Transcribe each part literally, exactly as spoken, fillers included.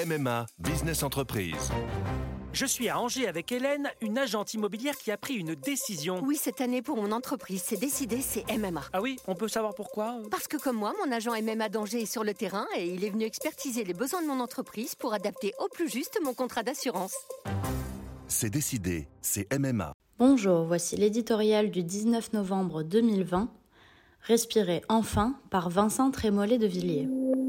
M M A Business Entreprise. Je suis à Angers avec Hélène, une agente immobilière qui a pris une décision. Oui, cette année pour mon entreprise, c'est décidé, c'est M M A. Ah oui, on peut savoir pourquoi? Parce que comme moi, mon agent M M A d'Angers est sur le terrain et il est venu expertiser les besoins de mon entreprise pour adapter au plus juste mon contrat d'assurance. C'est décidé, c'est M M A. Bonjour, voici l'éditorial du dix-neuf novembre deux mille vingt. Respirer enfin par Vincent Trémollet de Villiers.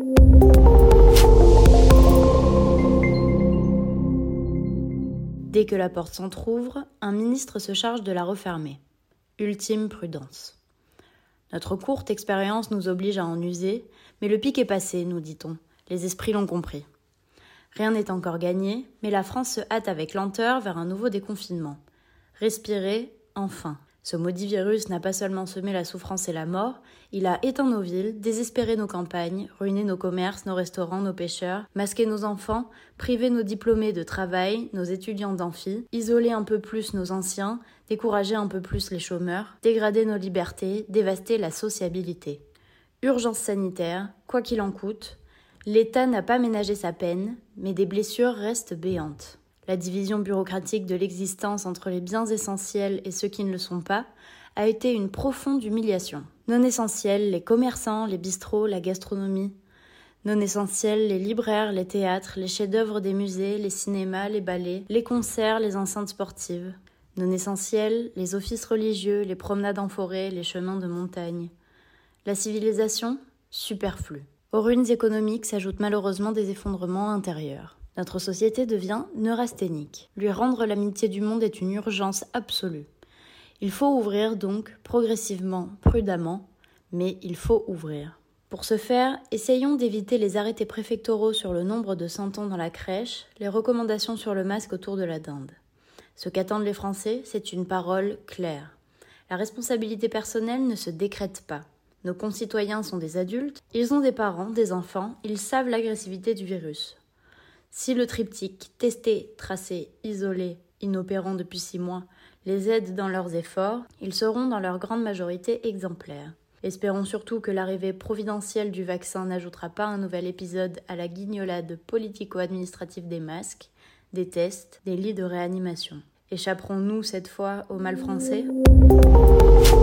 Dès que la porte s'entr'ouvre, un ministre se charge de la refermer. Ultime prudence. Notre courte expérience nous oblige à en user, mais le pic est passé, nous dit-on. Les esprits l'ont compris. Rien n'est encore gagné, mais la France se hâte avec lenteur vers un nouveau déconfinement. Respirer, enfin. Ce maudit virus n'a pas seulement semé la souffrance et la mort, il a éteint nos villes, désespéré nos campagnes, ruiné nos commerces, nos restaurants, nos pêcheurs, masqué nos enfants, privé nos diplômés de travail, nos étudiants d'amphi, isolé un peu plus nos anciens, découragé un peu plus les chômeurs, dégradé nos libertés, dévasté la sociabilité. Urgence sanitaire, quoi qu'il en coûte, l'État n'a pas ménagé sa peine, mais des blessures restent béantes. La division bureaucratique de l'existence entre les biens essentiels et ceux qui ne le sont pas a été une profonde humiliation. Non essentiels, les commerçants, les bistrots, la gastronomie. Non essentiels, les libraires, les théâtres, les chefs-d'œuvre des musées, les cinémas, les ballets, les concerts, les enceintes sportives. Non essentiels, les offices religieux, les promenades en forêt, les chemins de montagne. La civilisation, superflue. Aux ruines économiques s'ajoutent malheureusement des effondrements intérieurs. Notre société devient neurasthénique. Lui rendre l'amitié du monde est une urgence absolue. Il faut ouvrir donc, progressivement, prudemment, mais il faut ouvrir. Pour ce faire, essayons d'éviter les arrêtés préfectoraux sur le nombre de santons dans la crèche, les recommandations sur le masque autour de la dinde. Ce qu'attendent les Français, c'est une parole claire. La responsabilité personnelle ne se décrète pas. Nos concitoyens sont des adultes, ils ont des parents, des enfants, ils savent l'agressivité du virus. Si le triptyque tester, tracer, isoler, inopérant depuis six mois, les aide dans leurs efforts, ils seront dans leur grande majorité exemplaires. Espérons surtout que l'arrivée providentielle du vaccin n'ajoutera pas un nouvel épisode à la guignolade politico-administrative des masques, des tests, des lits de réanimation. Échapperons-nous cette fois au mal français ?